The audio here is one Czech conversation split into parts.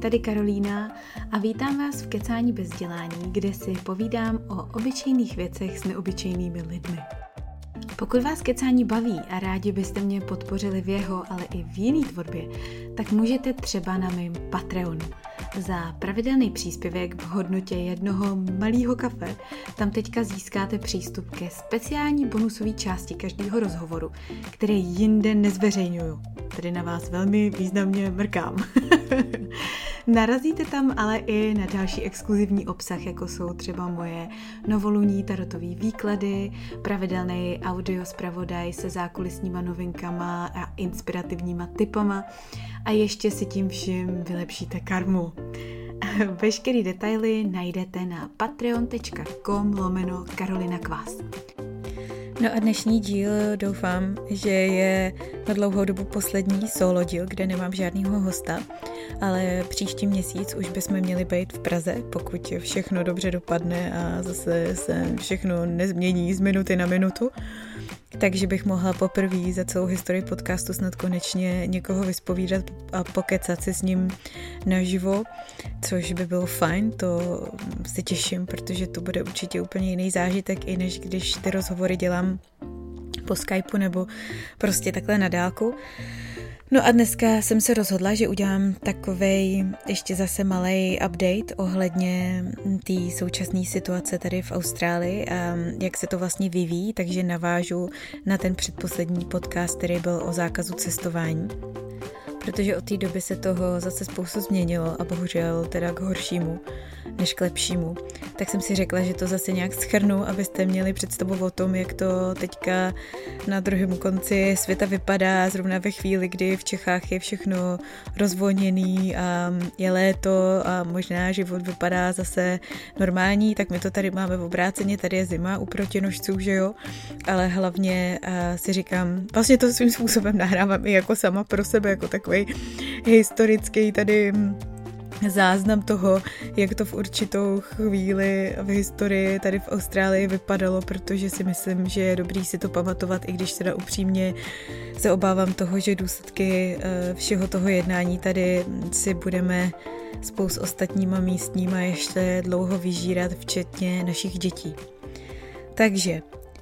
tady Karolína a vítám vás v Kecání bez dělání, kde si povídám o obyčejných věcech s neobyčejnými lidmi. Pokud vás kecání baví a rádi byste mě podpořili v jeho, ale i v jiný tvorbě, tak můžete třeba na mém Patreonu. Za pravidelný příspěvek v hodnotě jednoho malého kafe tam teďka získáte přístup ke speciální bonusové části každého rozhovoru, který jinde nezveřejňuju. Tady na vás velmi významně mrkám. Narazíte tam ale i na další exkluzivní obsah, jako jsou třeba moje novoluní tarotové výklady, pravidelný audio zpravodaj se zákulisníma novinkama a inspirativníma tipama a ještě si tím vším vylepšíte karmu. Veškerý detaily najdete na patreon.com/Karolina Kvás. No a dnešní díl doufám, že je na dlouhou dobu poslední solo díl, kde nemám žádného hosta, ale příští měsíc už bychom měli být v Praze, pokud všechno dobře dopadne a zase se všechno nezmění z minuty na minutu. Takže bych mohla poprvé za celou historii podcastu snad konečně někoho vyspovídat a pokecat si s ním naživo, což by bylo fajn, to se těším, protože to bude určitě úplně jiný zážitek, i než když ty rozhovory dělám po Skypeu nebo prostě takhle na dálku. No a dneska jsem se rozhodla, že udělám takovej ještě zase malej update ohledně té současné situace tady v Austrálii a jak se to vlastně vyvíjí, takže navážu na ten předposlední podcast, který byl o zákazu cestování. Protože od té doby se toho zase spoustu změnilo a bohužel teda k horšímu než k lepšímu. Tak jsem si řekla, že to zase nějak shrnu, abyste měli představu o tom, jak to teďka na druhém konci světa vypadá, zrovna ve chvíli, kdy v Čechách je všechno rozvolněný a je léto a možná život vypadá zase normální, tak my to tady máme v obráceně, tady je zima u protinožců, že jo, ale hlavně si říkám, vlastně to svým způsobem nahrávám i jako sama pro sebe, jako takový historický tady záznam toho, jak to v určitou chvíli v historii tady v Austrálii vypadalo, protože si myslím, že je dobrý si to pamatovat, i když teda upřímně se obávám toho, že důsledky všeho toho jednání tady si budeme spolu s ostatníma místníma ještě dlouho vyžírat, včetně našich dětí. Takže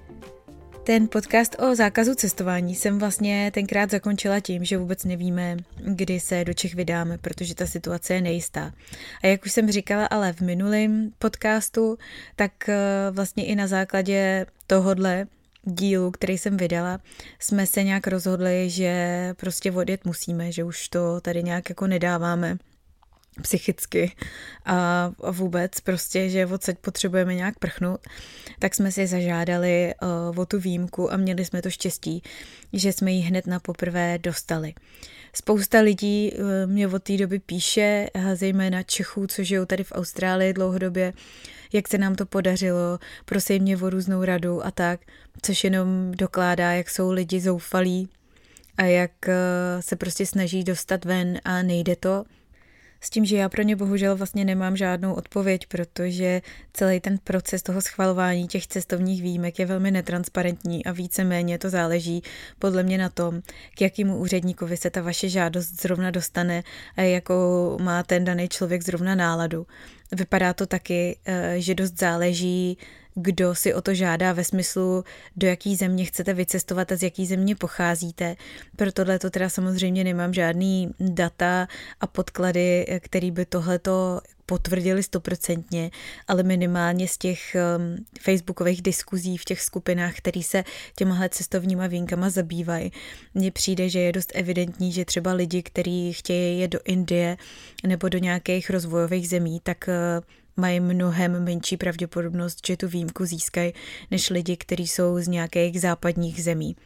ten podcast o zákazu cestování jsem vlastně tenkrát zakončila tím, že vůbec nevíme, kdy se do Čech vydáme, protože ta situace je nejistá. A jak už jsem říkala ale v minulém podcastu, tak vlastně i na základě tohodle dílu, který jsem vydala, jsme se nějak rozhodli, že prostě odjet musíme, že už to tady nějak jako nedáváme psychicky a vůbec prostě, že odsaď potřebujeme nějak prchnout, tak jsme si zažádali o tu výjimku a měli jsme to štěstí, že jsme ji hned na poprvé dostali. Spousta lidí mě od té doby píše, zejména Čechů, co žijou tady v Austrálii dlouhodobě, jak se nám to podařilo, prosím mě o různou radu a tak, což jenom dokládá, jak jsou lidi zoufalí a jak se prostě snaží dostat ven a nejde to. S tím, že já pro ně bohužel vlastně nemám žádnou odpověď, protože celý ten proces toho schvalování těch cestovních výjimek je velmi netransparentní a víceméně to záleží podle mě na tom, k jakému úředníkovi se ta vaše žádost zrovna dostane a jakou má ten daný člověk zrovna náladu. Vypadá to taky, že dost záleží, kdo si o to žádá ve smyslu, do jaký země chcete vycestovat a z jaký země pocházíte. Pro tohle to teda samozřejmě nemám žádný data a podklady, který by tohleto potvrdili 100%, ale minimálně z těch facebookových diskuzí v těch skupinách, který se těmahle cestovníma výjimkama zabývají. Mně přijde, že je dost evidentní, že třeba lidi, kteří chtějí jet do Indie nebo do nějakých rozvojových zemí, tak mají mnohem menší pravděpodobnost, že tu výjimku získají, než lidi, kteří jsou z nějakých západních zemí.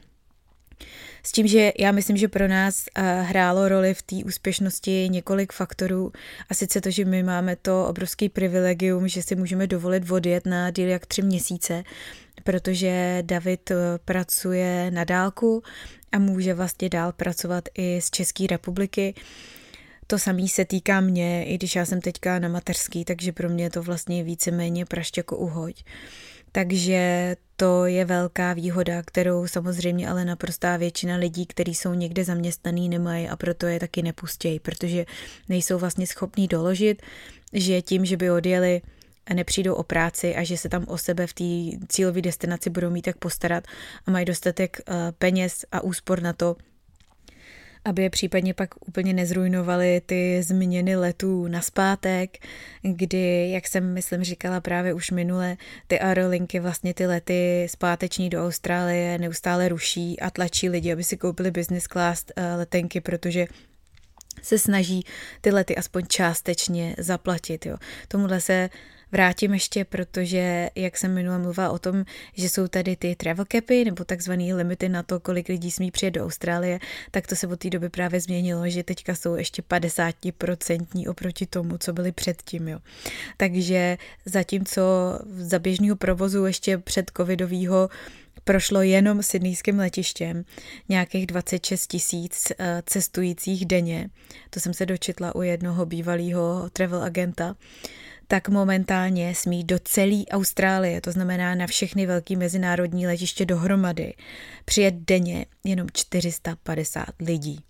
S tím, že já myslím, že pro nás hrálo roli v té úspěšnosti několik faktorů a sice to, že my máme to obrovský privilegium, že si můžeme dovolit odjet na díl jak 3 měsíce, protože David pracuje na dálku a může vlastně dál pracovat i z České republiky. To samé se týká mě, i když já jsem teďka na mateřský, takže pro mě je to vlastně víceméně prašť jako uhoď. Takže to je velká výhoda, kterou samozřejmě ale naprostá většina lidí, kteří jsou někde zaměstnaný, nemají a proto je taky nepustějí, protože nejsou vlastně schopní doložit, že tím, že by odjeli a nepřijdou o práci a že se tam o sebe v té cílové destinaci budou mít tak postarat a mají dostatek peněz a úspor na to, aby je případně pak úplně nezrujnovaly ty změny letů nazpátek, kdy, jak jsem myslím říkala právě už minule, ty aerolinky vlastně ty lety zpáteční do Austrálie neustále ruší a tlačí lidi, aby si koupili business class letenky, protože se snaží ty lety aspoň částečně zaplatit. Jo. Tomuhle se vrátím ještě, protože jak jsem minule mluvila o tom, že jsou tady ty travel capy nebo takzvaný limity na to, kolik lidí smí přijet do Austrálie, tak to se od té doby právě změnilo, že teďka jsou ještě 50% oproti tomu, co byly předtím. Jo. Takže zatímco za běžného provozu ještě před covidovýho prošlo jenom sydneyským letištěm nějakých 26 000 cestujících denně, to jsem se dočetla u jednoho bývalého travel agenta, tak momentálně smí do celé Austrálie, to znamená na všechny velké mezinárodní letiště dohromady, přijet denně jenom 450 lidí.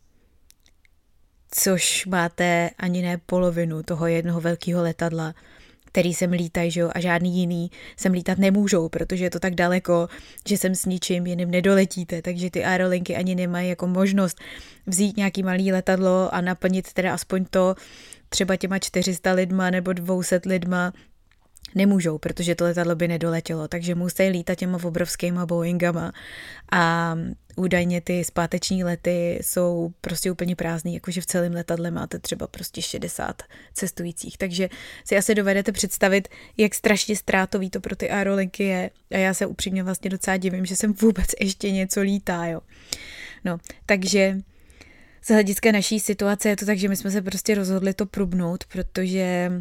Což máte ani ne polovinu toho jednoho velkého letadla, který sem lítají, že jo, a žádný jiný sem lítat nemůžou, protože je to tak daleko, že sem s ničím jiným nedoletíte, takže ty aerolinky ani nemají jako možnost vzít nějaký malý letadlo a naplnit teda aspoň to třeba těma 400 lidma nebo 200 lidma nemůžou, protože to letadlo by nedoletělo, takže musí lítat těma obrovskýma Boeingama a údajně ty zpáteční lety jsou prostě úplně prázdný, jakože v celém letadle máte třeba prostě 60 cestujících, takže si asi dovedete představit, jak strašně ztrátový to pro ty aerolinky je a já se upřímně vlastně docela divím, že sem vůbec ještě něco lítá, jo. No, takže z hlediska naší situace je to tak, že my jsme se prostě rozhodli to prubnout, protože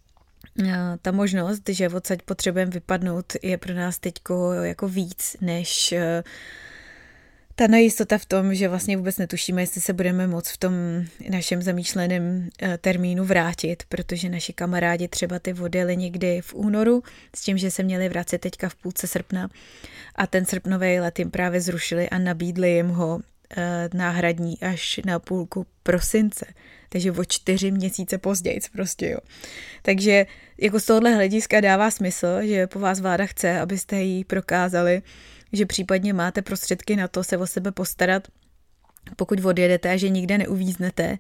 ta možnost, že odsaď potřebujeme vypadnout, je pro nás teďko jako víc, než ta nejistota v tom, že vlastně vůbec netušíme, jestli se budeme moct v tom našem zamýšleném termínu vrátit, protože naši kamarádi třeba ty odjeli někdy v únoru s tím, že se měli vracet teďka v půlce srpna a ten srpnový let jim právě zrušili a nabídli jim ho náhradní až na půlku prosince, takže o 4 měsíce později prostě, jo. Takže jako z tohohle hlediska dává smysl, že po vás vláda chce, abyste jí prokázali, že případně máte prostředky na to se o sebe postarat, pokud odjedete a že nikde neuvíznete.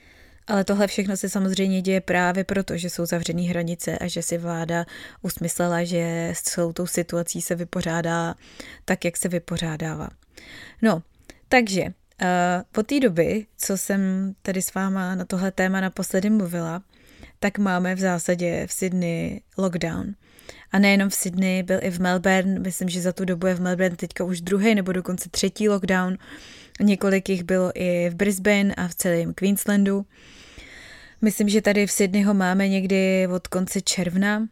Ale tohle všechno se samozřejmě děje právě proto, že jsou zavřené hranice a že si vláda usmyslela, že s celou tou situací se vypořádá tak, jak se vypořádává. No, takže po té doby, co jsem tady s váma na tohle téma naposledy mluvila, tak máme v zásadě v Sydney lockdown. A nejenom v Sydney, byl i v Melbourne, myslím, že za tu dobu je v Melbourne teďka už 2. nebo dokonce 3. lockdown. Několik jich bylo i v Brisbane a v celém Queenslandu. Myslím, že tady v Sydney ho máme někdy od konce června,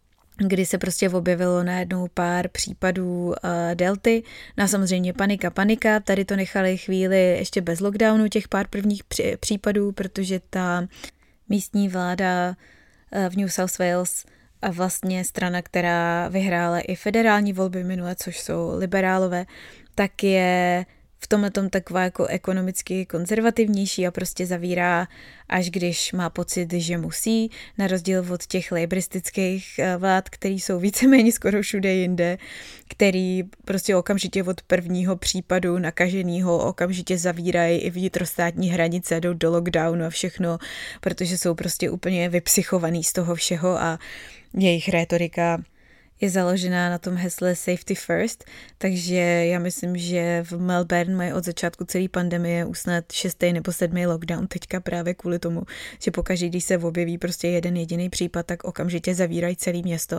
kdy se prostě objevilo najednou pár případů delty. No a samozřejmě panika. Tady to nechali chvíli ještě bez lockdownu, těch pár prvních případů, protože ta místní vláda v New South Wales a vlastně strana, která vyhrála i federální volby minule, což jsou liberálové, tak je v tomhletom taková jako ekonomicky konzervativnější a prostě zavírá, až když má pocit, že musí, na rozdíl od těch laboristických vlád, který jsou víceméně skoro všude jinde, který prostě okamžitě od prvního případu nakaženého okamžitě zavírají i vnitrostátní hranice, jdou do lockdownu a všechno, protože jsou prostě úplně vypsychovaný z toho všeho a jejich rétorika je založená na tom hesle safety first, takže já myslím, že v Melbourne mají od začátku celé pandemie už snad 6. nebo 7. lockdown teďka právě kvůli tomu, že pokaždé, když se objeví prostě jeden jediný případ, tak okamžitě zavírají celé město.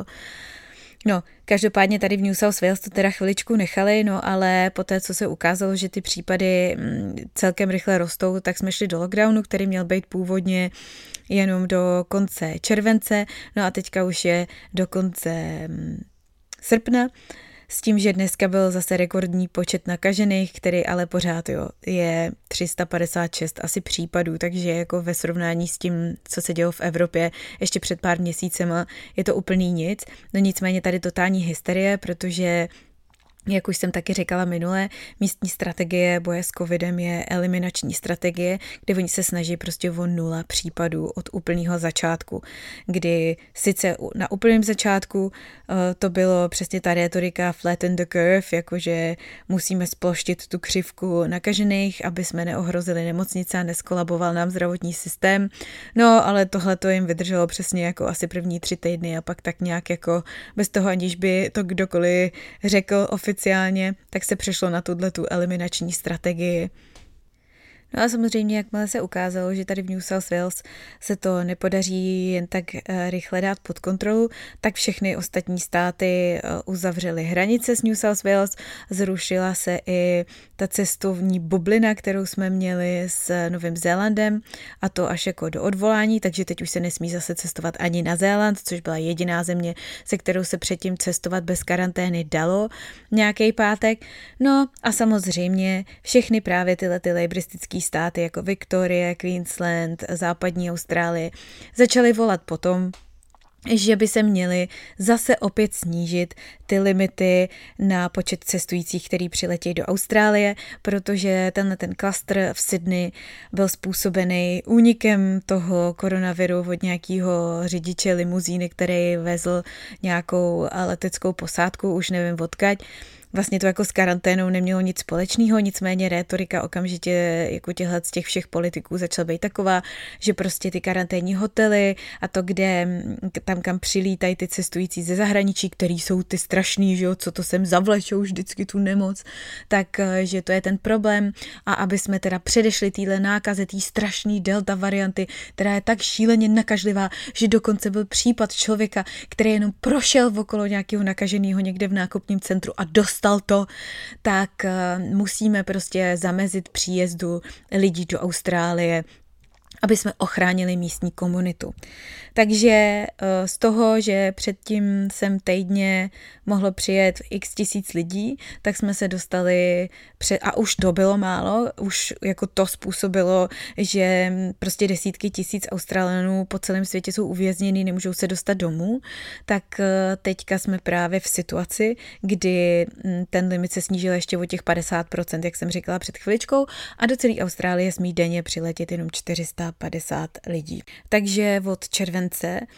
No, každopádně tady v New South Wales to teda chviličku nechali, no ale poté, co se ukázalo, že ty případy celkem rychle rostou, tak jsme šli do lockdownu, který měl být původně jenom do konce července, no a teďka už je do konce srpna, s tím, že dneska byl zase rekordní počet nakažených, který ale pořád je 356 asi případů, takže jako ve srovnání s tím, co se dělo v Evropě ještě před pár měsícema, je to úplný nic. No nicméně tady totální hysterie, protože Jak už jsem taky říkala minule, místní strategie boje s covidem je eliminační strategie, kde oni se snaží prostě o 0 případů od úplného začátku, kdy sice na úplném začátku to bylo přesně ta retorika flatten the curve, jakože musíme sploštit tu křivku nakažených, aby jsme neohrozili nemocnice a neskolaboval nám zdravotní systém. No, ale tohle to jim vydrželo přesně jako asi první 3 týdny a pak tak nějak jako bez toho, aniž by to kdokoliv řekl oficiálně, tak se přešlo na tu eliminační strategii. No a samozřejmě, jakmile se ukázalo, že tady v New South Wales se to nepodaří jen tak rychle dát pod kontrolu, tak všechny ostatní státy uzavřely hranice s New South Wales, zrušila se i ta cestovní bublina, kterou jsme měli s Novým Zélandem, a to až jako do odvolání, takže teď už se nesmí zase cestovat ani na Zéland, což byla jediná země, se kterou se předtím cestovat bez karantény dalo nějaký pátek. No a samozřejmě všechny právě tyhle laboristické státy jako Victoria, Queensland, západní Austrálie začaly volat potom, že by se měly zase opět snížit ty limity na počet cestujících, který přiletějí do Austrálie, protože ten klastr v Sydney byl způsobený únikem toho koronaviru od nějakého řidiče limuzíny, který vezl nějakou leteckou posádku, už nevím odkaď. Vlastně to jako s karanténou nemělo nic společného, nicméně rétorika okamžitě jako z těch všech politiků začala být taková, že prostě ty karanténní hotely a to, kde tam kam přilítají ty cestující ze zahraničí, který jsou ty strašný, že jo, co to sem zavlečou vždycky tu nemoc, tak že to je ten problém, a aby jsme teda předešli téhle nákaze, té strašné delta varianty, která je tak šíleně nakažlivá, že dokonce byl případ člověka, který jenom prošel okolo nějakého nakaženého někde v nákupním centru a dostal to, tak musíme prostě zamezit příjezdu lidí do Austrálie, aby jsme ochránili místní komunitu. Takže z toho, že předtím sem týdně mohlo přijet x tisíc lidí, tak jsme se dostali a už to bylo málo, už jako to způsobilo, že prostě desítky tisíc Australanů po celém světě jsou uvězněni, nemůžou se dostat domů, tak teďka jsme právě v situaci, kdy ten limit se snížil ještě o těch 50%, jak jsem říkala před chviličkou, a do celé Austrálie smí denně přiletět jenom 450 lidí. Takže od července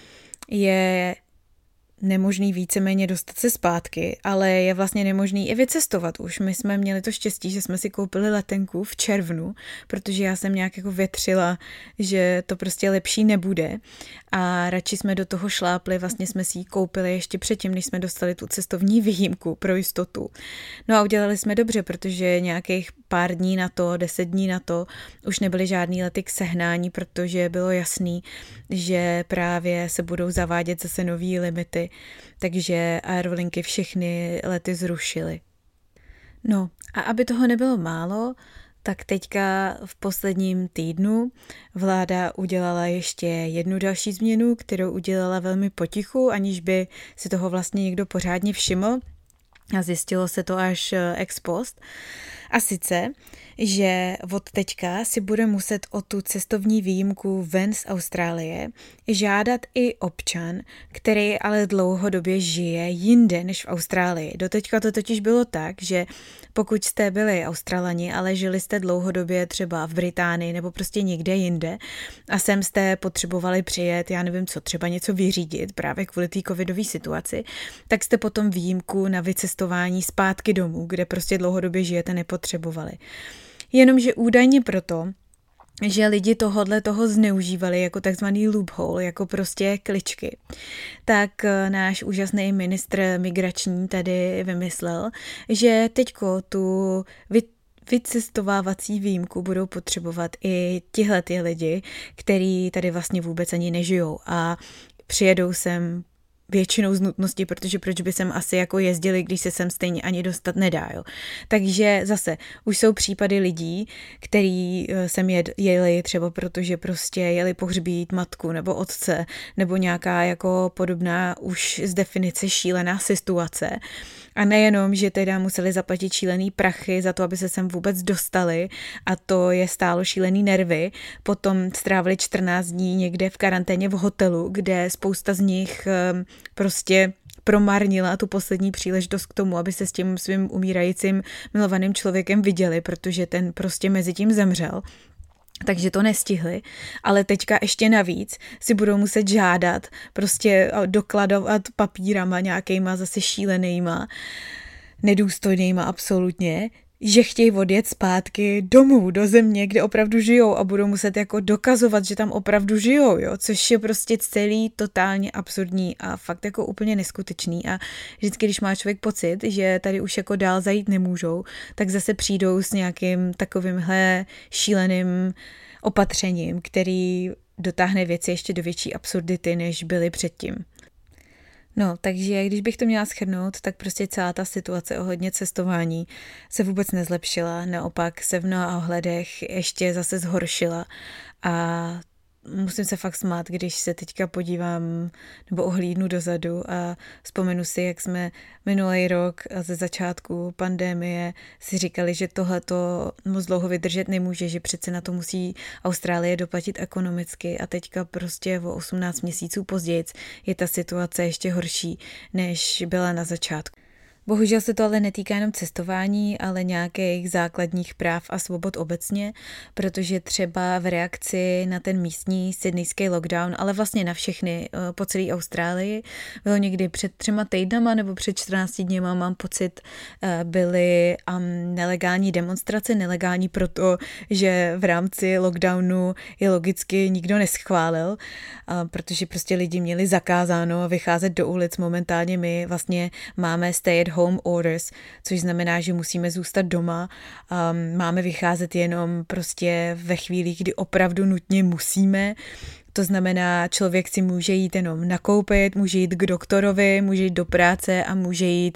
je nemožný víceméně dostat se zpátky, ale je vlastně nemožný i vycestovat už. My jsme měli to štěstí, že jsme si koupili letenku v červnu, protože já jsem nějak jako větřila, že to prostě lepší nebude, a radši jsme do toho šlápli, vlastně jsme si ji koupili ještě předtím, než jsme dostali tu cestovní výjimku pro jistotu. No a udělali jsme dobře, protože nějakých pár dní na to, 10 dní na to, už nebyly žádný lety k sehnání, protože bylo jasný, že právě se budou zavádět zase nový limity, takže aerolinky všechny lety zrušily. No a aby toho nebylo málo, tak teďka v posledním týdnu vláda udělala ještě jednu další změnu, kterou udělala velmi potichu, aniž by si toho vlastně někdo pořádně všiml, a zjistilo se to až ex post. A sice, že od teďka si bude muset o tu cestovní výjimku ven z Austrálie žádat i občan, který ale dlouhodobě žije jinde než v Austrálii. Doteďka to totiž bylo tak, že pokud jste byli Australani, ale žili jste dlouhodobě třeba v Británii nebo prostě někde jinde a sem jste potřebovali přijet, já nevím co, třeba něco vyřídit právě kvůli té covidové situaci, tak jste potom výjimku na vycestování zpátky domů, kde prostě dlouhodobě žijete, nepotřebovali. Jenomže údajně proto, že lidi toho zneužívali jako takzvaný loophole, jako prostě kličky, tak náš úžasný ministr migrační tady vymyslel, že teďko tu vycestovávací výjimku budou potřebovat i tihlety lidi, kteří tady vlastně vůbec ani nežijou a přijedou sem většinou z nutnosti, protože proč by sem asi jako jezdili, když se sem stejně ani dostat nedá. Jo. Takže zase už jsou případy lidí, který sem jeli třeba protože prostě jeli pohřbít matku nebo otce nebo nějaká jako podobná už z definice šílená situace. A nejenom, že teda museli zaplatit šílený prachy za to, aby se sem vůbec dostali, a to je stálo šílený nervy. Potom strávili 14 dní někde v karanténě v hotelu, kde spousta z nich prostě promarnila tu poslední příležitost k tomu, aby se s tím svým umírajícím milovaným člověkem viděli, protože ten prostě mezi tím zemřel. Takže to nestihli, ale teďka ještě navíc si budou muset žádat, prostě dokladovat papírama nějakýma zase šílenýma, nedůstojnýma absolutně, že chtějí odjet zpátky domů, do země, kde opravdu žijou a budou muset jako dokazovat, že tam opravdu žijou, jo, což je prostě celý totálně absurdní a fakt jako úplně neskutečný a vždycky, když má člověk pocit, že tady už jako dál zajít nemůžou, tak zase přijdou s nějakým takovýmhle šíleným opatřením, který dotáhne věci ještě do větší absurdity, než byly předtím. No, takže když bych to měla shrnout, tak prostě celá ta situace ohledně cestování se vůbec nezlepšila, naopak se v mnoha ohledech ještě zase zhoršila a musím se fakt smát, když se teďka podívám nebo ohlídnu dozadu a vzpomenu si, jak jsme minulý rok ze začátku pandemie si říkali, že tohleto moc dlouho vydržet nemůže, že přece na to musí Austrálie doplatit ekonomicky a teďka prostě o 18 měsíců později je ta situace ještě horší, než byla na začátku. Bohužel se to ale netýká jenom cestování, ale nějakých základních práv a svobod obecně, protože třeba v reakci na ten místní sydneyský lockdown, ale vlastně na všechny po celé Austrálii, bylo někdy před 3 týdnama nebo před 14 dněma, mám pocit, byly nelegální demonstrace, nelegální proto, že v rámci lockdownu je logicky nikdo neschválil, protože prostě lidi měli zakázáno vycházet do ulic. Momentálně my vlastně máme stay at home orders, což znamená, že musíme zůstat doma. Máme vycházet jenom prostě ve chvíli, kdy opravdu nutně musíme. To znamená, člověk si může jít jenom nakoupit, může jít k doktorovi, může jít do práce a může jít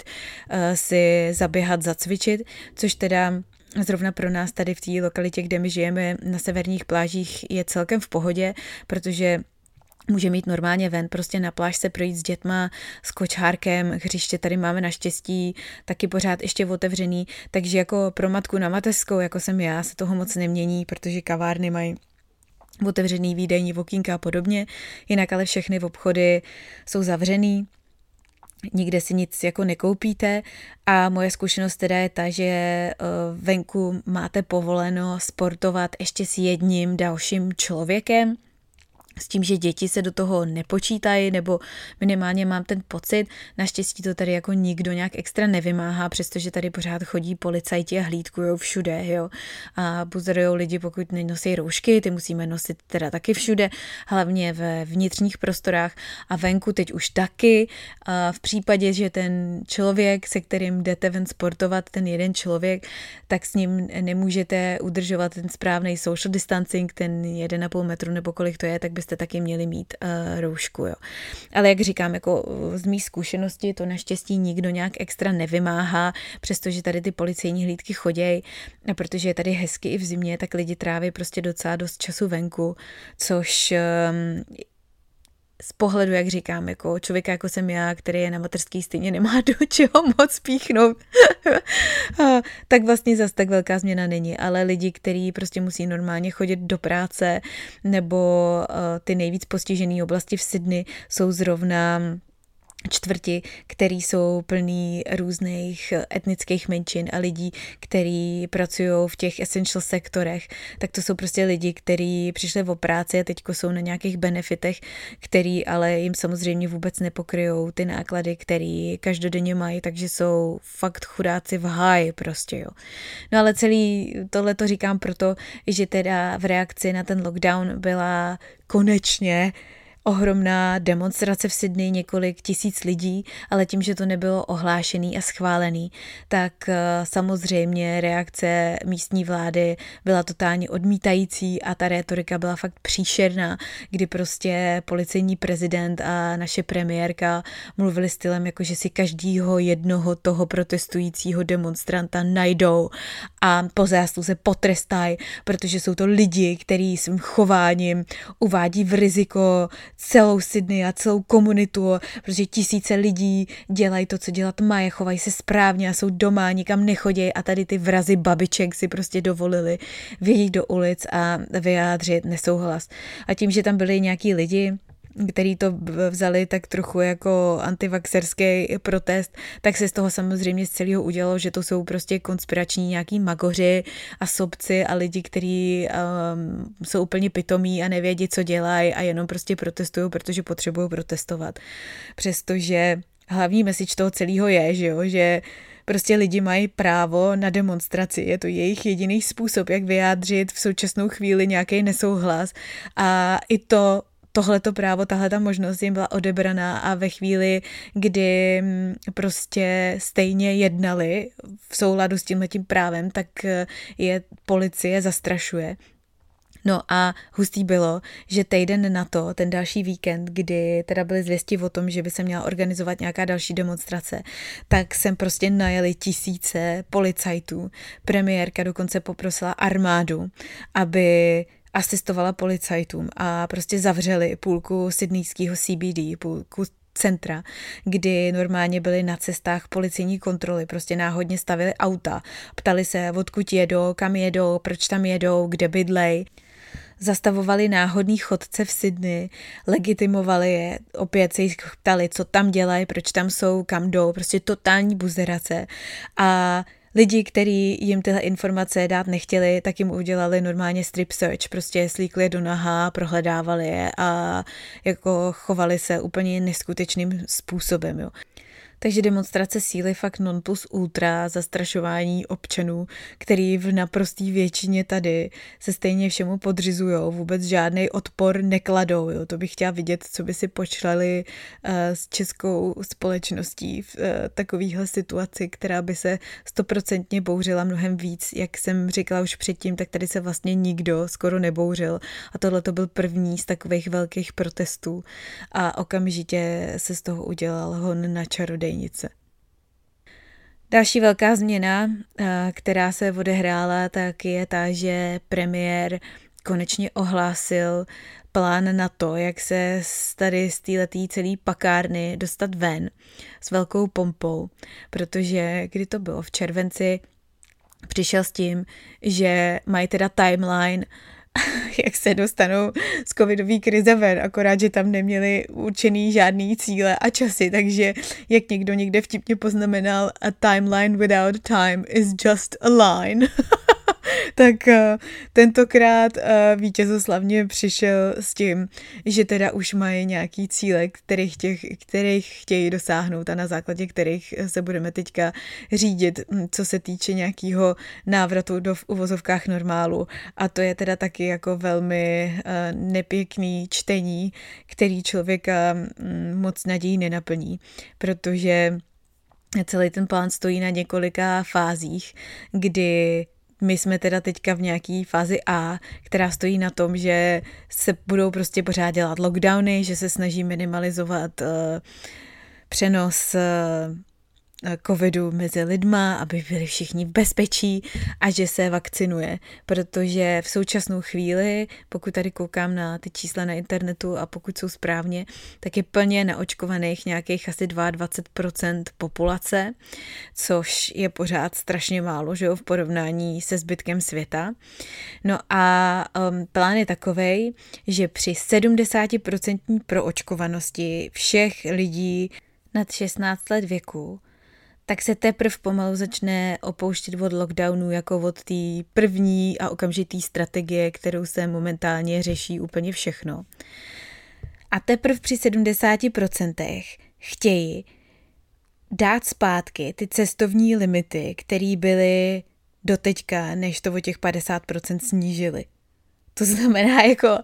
si zaběhat, zacvičit, což teda zrovna pro nás tady v té lokalitě, kde my žijeme na severních plážích, je celkem v pohodě, protože můžeme jít normálně ven, prostě na pláž se projít s dětma, s kočárkem, hřiště tady máme naštěstí taky pořád ještě otevřený, takže jako pro matku na mateřskou, jako jsem já, se toho moc nemění, protože kavárny mají otevřený výdejní okýnka a podobně, jinak ale všechny obchody jsou zavřený, nikde si nic jako nekoupíte a moje zkušenost teda je ta, že venku máte povoleno sportovat ještě s jedním dalším člověkem, s tím, že děti se do toho nepočítají, nebo minimálně mám ten pocit, naštěstí to tady jako nikdo nějak extra nevymáhá, přestože tady pořád chodí policajti a hlídkujou všude, jo, a buzerujou lidi, pokud nenosí roušky, ty musíme nosit teda taky všude, hlavně ve vnitřních prostorách a venku teď už taky, a v případě, že ten člověk, se kterým jdete ven sportovat, ten jeden člověk, tak s ním nemůžete udržovat ten správný social distancing, ten 1,5 metru nebo kolik to je, tak byste taky měli mít roušku, jo. Ale jak říkám, jako z mý zkušenosti to naštěstí nikdo nějak extra nevymáhá, přestože tady ty policejní hlídky chodějí, a protože je tady hezky i v zimě, tak lidi tráví prostě docela dost času venku, což z pohledu, jak říkám, jako člověka, jako jsem já, který je na mateřský, stejně nemá do čeho moc píchnout, tak vlastně zas tak velká změna není, ale lidi, kteří prostě musí normálně chodit do práce, nebo ty nejvíc postižené oblasti v Sydney jsou zrovna čtvrti, který jsou plný různých etnických menšin a lidí, kteří pracují v těch essential sektorech, tak to jsou prostě lidi, kteří přišli o práci a teďko jsou na nějakých benefitech, který ale jim samozřejmě vůbec nepokryjou ty náklady, který každodenně mají, takže jsou fakt chudáci v háji prostě, jo. No ale celý tohle to říkám proto, že teda v reakci na ten lockdown byla konečně ohromná demonstrace v Sydney, několik tisíc lidí, ale tím, že to nebylo ohlášený a schválený, tak samozřejmě reakce místní vlády byla totálně odmítající a ta rétorika byla fakt příšerná, kdy prostě policejní prezident a naše premiérka mluvili stylem, jako že si každýho jednoho toho protestujícího demonstranta najdou a po zásluze potrestají, protože jsou to lidi, kteří svým chováním uvádí v riziko celou Sydney a celou komunitu, protože tisíce lidí dělají to, co dělat mají, chovají se správně a jsou doma, nikam nechodí a tady ty vrazy babiček si prostě dovolili vyjít do ulic a vyjádřit nesouhlas. A tím, že tam byli nějaký lidi, který to vzali tak trochu jako antivaxerský protest, tak se z toho samozřejmě z celého udělalo, že to jsou prostě konspirační nějaký magoři a sobci a lidi, kteří jsou úplně pitomí a nevědí, co dělají a jenom prostě protestují, protože potřebují protestovat. Přestože hlavní message toho celého je, že prostě lidi mají právo na demonstraci, je to jejich jediný způsob, jak vyjádřit v současnou chvíli nějaký nesouhlas a i tohleto právo, tahleta možnost jim byla odebraná a ve chvíli, kdy prostě stejně jednali v souladu s tímhletím právem, tak je policie zastrašuje. No a hustý bylo, že týden na to, ten další víkend, kdy teda byly zvěsti o tom, že by se měla organizovat nějaká další demonstrace, tak sem prostě najeli tisíce policajtů. Premiérka dokonce poprosila armádu, aby asistovala policajtům a prostě zavřeli půlku sydneyského CBD, půlku centra, kdy normálně byly na cestách policejní kontroly, prostě náhodně stavili auta, ptali se, odkud jedou, kam jedou, proč tam jedou, kde bydlej. Zastavovali náhodný chodce v Sydney, legitimovali je, opět se jich ptali, co tam dělají, proč tam jsou, kam jdou, prostě totální buzerace. A lidi, kteří jim tyhle informace dát nechtěli, tak jim udělali normálně strip search, prostě slíkli je do naha, prohledávali je a jako chovali se úplně neskutečným způsobem, jo. Takže demonstrace síly fakt non plus ultra, zastrašování občanů, který v naprostý většině tady se stejně všemu podřizujou, vůbec žádný odpor nekladou. Jo. To bych chtěla vidět, co by si počlali s českou společností v takovéhle situaci, která by se 100% bouřila mnohem víc. Jak jsem říkala už předtím, tak tady se vlastně nikdo skoro nebouřil a tohle to byl první z takových velkých protestů a okamžitě se z toho udělal hon na čarodejnice. Další velká změna, která se odehrála, tak je ta, že premiér konečně ohlásil plán na to, jak se tady z této celé pakárny dostat ven s velkou pompou, protože kdy to bylo v červenci, přišel s tím, že mají teda timeline, jak se dostanou z covidové krize ven, akorát, že tam neměli určený žádný cíle a časy, takže jak někdo někde vtipně poznamenal, a timeline without time is just a line. Tak tentokrát vítězoslavně přišel s tím, že teda už mají nějaký cíle, kterých chtějí dosáhnout a na základě kterých se budeme teďka řídit, co se týče nějakého návratu do v uvozovkách normálu. A to je teda taky jako velmi nepěkný čtení, který člověka moc nadějí nenaplní, protože celý ten plán stojí na několika fázích, kdy my jsme teda teďka v nějaký fázi A, která stojí na tom, že se budou prostě pořád dělat lockdowny, že se snaží minimalizovat přenos covidu mezi lidma, aby byli všichni v bezpečí a že se vakcinuje, protože v současnou chvíli, pokud tady koukám na ty čísla na internetu a pokud jsou správně, tak je plně naočkovaných nějakých asi 22% populace, což je pořád strašně málo, že jo, v porovnání se zbytkem světa. No a plán je takovej, že při 70% proočkovanosti všech lidí nad 16 let věku tak se teprve pomalu začne opouštět od lockdownu jako od té první a okamžitý strategie, kterou se momentálně řeší úplně všechno. A teprve při 70% chtějí dát zpátky ty cestovní limity, které byly doteďka, než to o těch 50% snížili. To znamená jako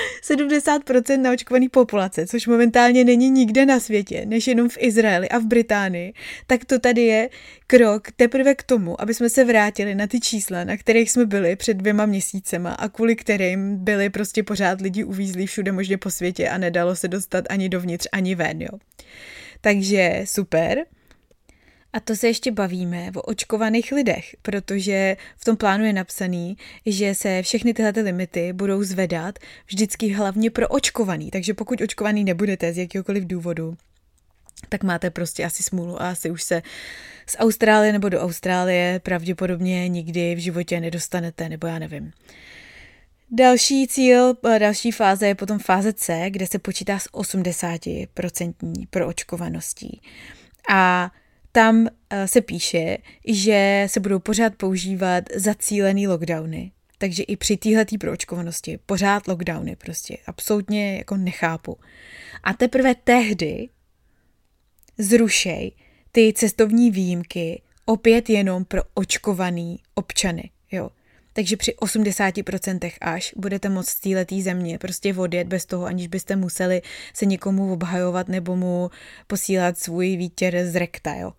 70% naočkovaný populace, což momentálně není nikde na světě, než jenom v Izraeli a v Británii, tak to tady je krok teprve k tomu, aby jsme se vrátili na ty čísla, na kterých jsme byli před 2 měsícema a kvůli kterým byli prostě pořád lidi uvízlí všude možně po světě a nedalo se dostat ani dovnitř, ani ven, jo. Takže super. A to se ještě bavíme o očkovaných lidech, protože v tom plánu je napsaný, že se všechny tyhle limity budou zvedat vždycky hlavně pro očkovaný. Takže pokud očkovaný nebudete z jakéhokoliv důvodu, tak máte prostě asi smůlu a asi už se z Austrálie nebo do Austrálie pravděpodobně nikdy v životě nedostanete, nebo já nevím. Další fáze je potom fáze C, kde se počítá s 80% proočkovaností. A tam se píše, že se budou pořád používat zacílený lockdowny. Takže i při téhletý proočkovanosti pořád lockdowny prostě. Absolutně jako nechápu. A teprve tehdy zrušej ty cestovní výjimky opět jenom pro očkovaný občany. Jo. Takže při 80% až budete moct z téhletý země prostě odjet bez toho, aniž byste museli se někomu obhajovat nebo mu posílat svůj výtěr z rekta, jo.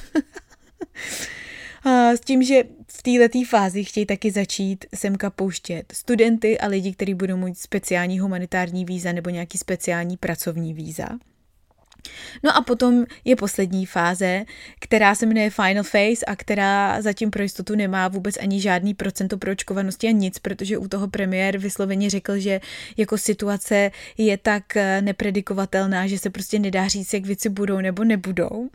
A s tím, že v této fázi chtějí taky začít semka pouštět studenty a lidi, kteří budou mít speciální humanitární víza nebo nějaký speciální pracovní víza. No a potom je poslední fáze, která se jmenuje Final Phase a která zatím pro jistotu nemá vůbec ani žádný procento proočkovanosti a nic, protože u toho premiér vysloveně řekl, že jako situace je tak nepredikovatelná, že se prostě nedá říct, jak věci budou nebo nebudou.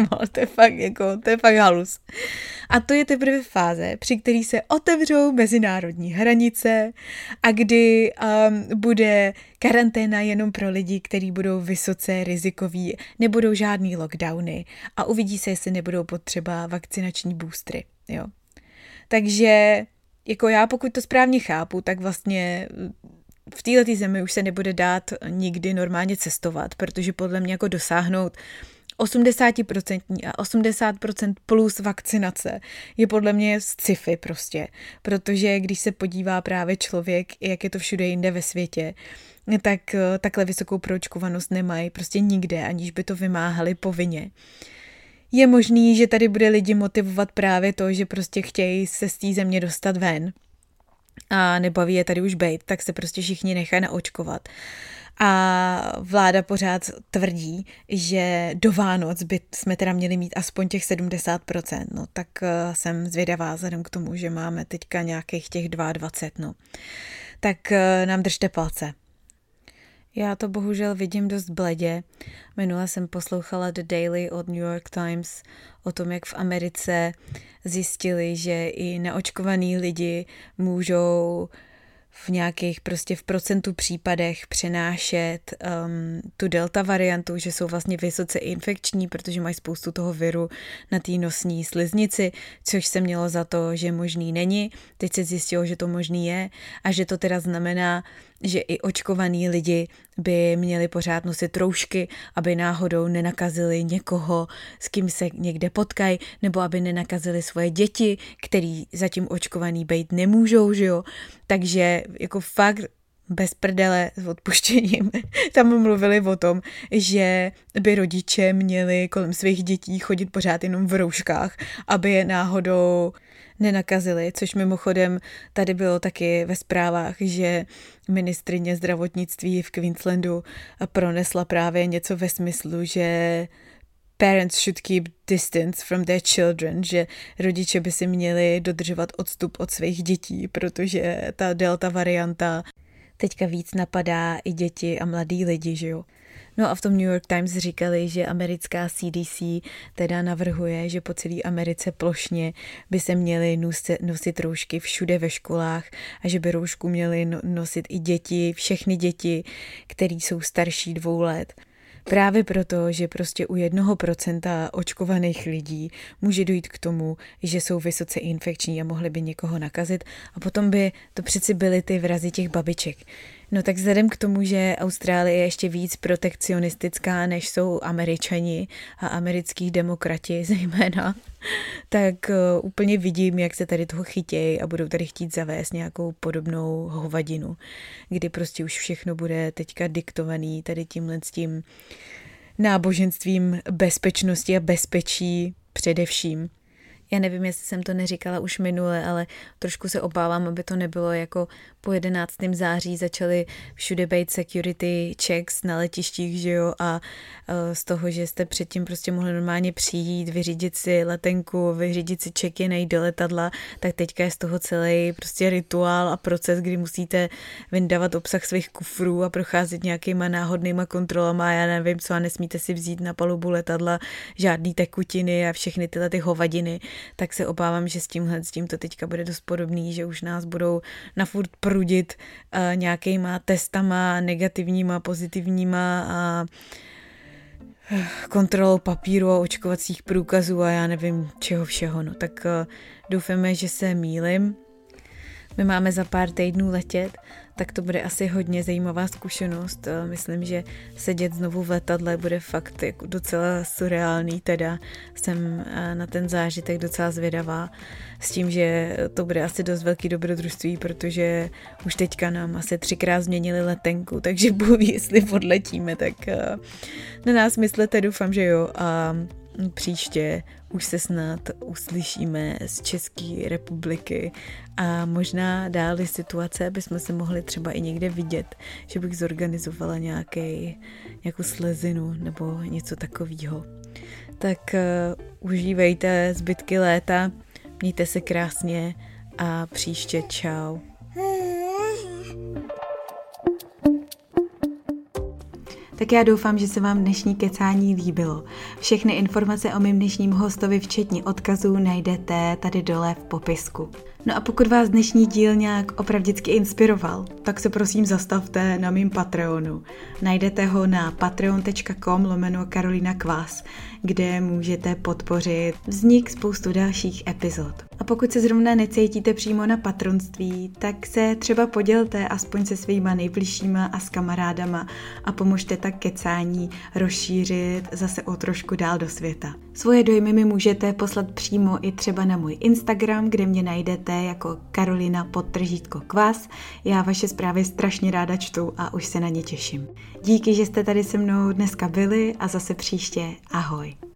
to je fakt halus. A to je teprve fáze, při který se otevřou mezinárodní hranice a kdy bude karanténa jenom pro lidi, kteří budou vysoce rizikoví, nebudou žádný lockdowny a uvidí se, jestli nebudou potřeba vakcinační boostry. Jo. Takže jako já, pokud to správně chápu, tak vlastně v této zemi už se nebude dát nikdy normálně cestovat, protože podle mě jako dosáhnout 80% a 80% plus vakcinace je podle mě sci-fi prostě, protože když se podívá právě člověk, jak je to všude jinde ve světě, tak takhle vysokou proočkovanost nemají prostě nikde, aniž by to vymáhali povinně. Je možný, že tady bude lidi motivovat právě to, že prostě chtějí se z té země dostat ven a nebaví je tady už bejt, tak se prostě všichni nechají naočkovat. A vláda pořád tvrdí, že do Vánoc by jsme teda měli mít aspoň těch 70%. No tak jsem zvědavá vzhledem k tomu, že máme teďka nějakých těch 22, no. Tak nám držte palce. Já to bohužel vidím dost bledě. Minule jsem poslouchala The Daily od New York Times o tom, jak v Americe zjistili, že i neočkovaní lidi můžou v nějakých prostě v procentu případech přenášet tu delta variantu, že jsou vlastně vysoce infekční, protože mají spoustu toho viru na té nosní sliznici, což se mělo za to, že možný není. Teď se zjistilo, že to možný je a že to teda znamená, že i očkovaní lidi by měli pořád nosit roušky, aby náhodou nenakazili někoho, s kým se někde potkají, nebo aby nenakazili svoje děti, který zatím očkovaný být nemůžou, že jo. Takže jako fakt bez prdele s odpuštěním. Tam mluvili o tom, že by rodiče měli kolem svých dětí chodit pořád jenom v rouškách, aby je náhodou nenakazili, což mimochodem tady bylo taky ve zprávách, že ministryně zdravotnictví v Queenslandu pronesla právě něco ve smyslu, že parents should keep distance from their children, že rodiče by si měli dodržovat odstup od svých dětí, protože ta delta varianta teďka víc napadá i děti a mladý lidi, že jo. No a v tom New York Times říkali, že americká CDC teda navrhuje, že po celé Americe plošně by se měly nosit roušky všude ve školách a že by roušku měly nosit i děti, všechny děti, které jsou starší 2 let. Právě proto, že prostě u 1% očkovaných lidí může dojít k tomu, že jsou vysoce infekční a mohli by někoho nakazit a potom by to přeci byly ty vrazy těch babiček. No tak vzhledem k tomu, že Austrálie je ještě víc protekcionistická, než jsou Američani a americký demokrati zejména, tak úplně vidím, jak se tady toho chytějí a budou tady chtít zavést nějakou podobnou hovadinu, kdy prostě už všechno bude teďka diktovaný tady tímhle s tím náboženstvím bezpečnosti a bezpečí především. Já nevím, jestli jsem to neříkala už minule, ale trošku se obávám, aby to nebylo jako po 11. září začaly všude být security checks na letištích, že jo, a z toho, že jste předtím prostě mohli normálně přijít, vyřídit si letenku, vyřídit si check-in, najít do letadla, tak teďka je z toho celý prostě rituál a proces, kdy musíte vyndávat obsah svých kufrů a procházet nějakýma náhodnýma kontrolama, já nevím co, a nesmíte si vzít na palubu letadla žádný tekutiny a všechny tyhle ty hovadiny. tak se obávám, že s tím to teďka bude dost podobný, že už nás budou na furt prudit nějakýma testama, negativníma, pozitivníma a kontrolou papíru a očkovacích průkazů a já nevím čeho všeho. No tak doufáme, že se mýlim. My máme za pár týdnů letět, tak to bude asi hodně zajímavá zkušenost. Myslím, že sedět znovu v letadle bude fakt jako docela surreální, teda jsem na ten zážitek docela zvědavá s tím, že to bude asi dost velký dobrodružství, protože už teďka nám asi 3krát změnili letenku, takže Bůh ví, jestli odletíme, tak na nás myslete, doufám, že jo, a příště už se snad uslyšíme z České republiky a možná dále situace, aby jsme se mohli třeba i někde vidět, že bych zorganizovala nějakou slezinu nebo něco takového. Tak užívejte zbytky léta, mějte se krásně a příště čau. Tak já doufám, že se vám dnešní kecání líbilo. Všechny informace o mým dnešním hostovi, včetně odkazů, najdete tady dole v popisku. No a pokud vás dnešní díl nějak opravdicky inspiroval, tak se prosím zastavte na mým Patreonu. Najdete ho na patreon.com/Karolina Kvás, kde můžete podpořit vznik spoustu dalších epizod. A pokud se zrovna necítíte přímo na patronství, tak se třeba podělte aspoň se svýma nejbližšíma a s kamarádama a pomožte tak kecání rozšířit zase o trošku dál do světa. Svoje dojmy mi můžete poslat přímo i třeba na můj Instagram, kde mě najdete jako Karolina_Kvás. Já vaše zprávy strašně ráda čtu a už se na ně těším. Díky, že jste tady se mnou dneska byli a zase příště. Ahoj.